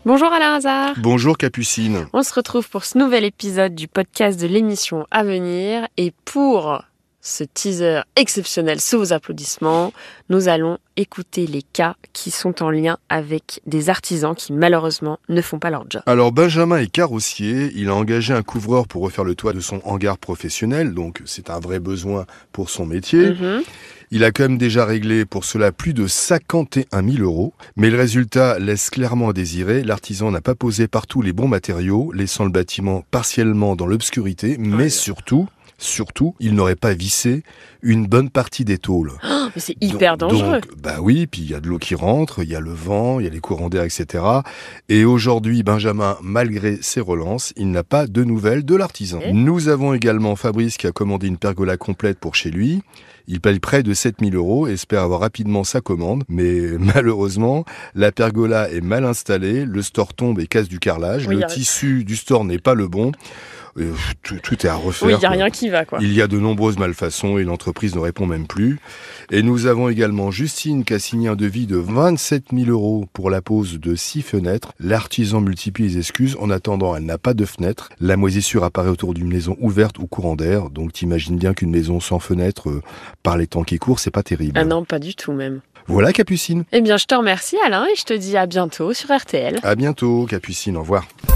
Bonjour Alain Hazard. Bonjour Capucine. On se retrouve pour ce nouvel épisode du podcast de l'émission à venir. Et pour ce teaser exceptionnel sous vos applaudissements, nous allons écouter les cas qui sont en lien avec des artisans qui malheureusement ne font pas leur job. Alors Benjamin est carrossier, il a engagé un couvreur pour refaire le toit de son hangar professionnel, donc c'est un vrai besoin pour son métier. Il a quand même déjà réglé pour cela plus de 51 000 €, mais le résultat laisse clairement à désirer. L'artisan n'a pas posé partout les bons matériaux, laissant le bâtiment partiellement dans l'obscurité, mais surtout, il n'aurait pas vissé une bonne partie des tôles. Oh, mais c'est hyper dangereux. Oui, puis il y a de l'eau qui rentre, il y a le vent, il y a les courants d'air, etc. Et aujourd'hui, Benjamin, malgré ses relances, il n'a pas de nouvelles de l'artisan. Nous avons également Fabrice qui a commandé une pergola complète pour chez lui. Il paye près de 7 000 € et espère avoir rapidement sa commande. Mais malheureusement, la pergola est mal installée, le store tombe et casse du carrelage, le tissu du store n'est pas le bon. Tout est à refaire. Oui, il n'y a rien qui va, quoi. Il y a de nombreuses malfaçons et l'entreprise ne répond même plus. Et nous avons également Justine qui a signé un devis de 27 000 € pour la pose de 6 fenêtres. L'artisan multiplie les excuses. En attendant, elle n'a pas de fenêtre. La moisissure apparaît autour d'une maison ouverte ou courant d'air. Donc t'imagines bien qu'une maison sans fenêtre, par les temps qui courent, c'est pas terrible. Ah non, pas du tout même. Voilà Capucine. Eh bien, je te remercie Alain et je te dis à bientôt sur RTL. À bientôt Capucine, au revoir.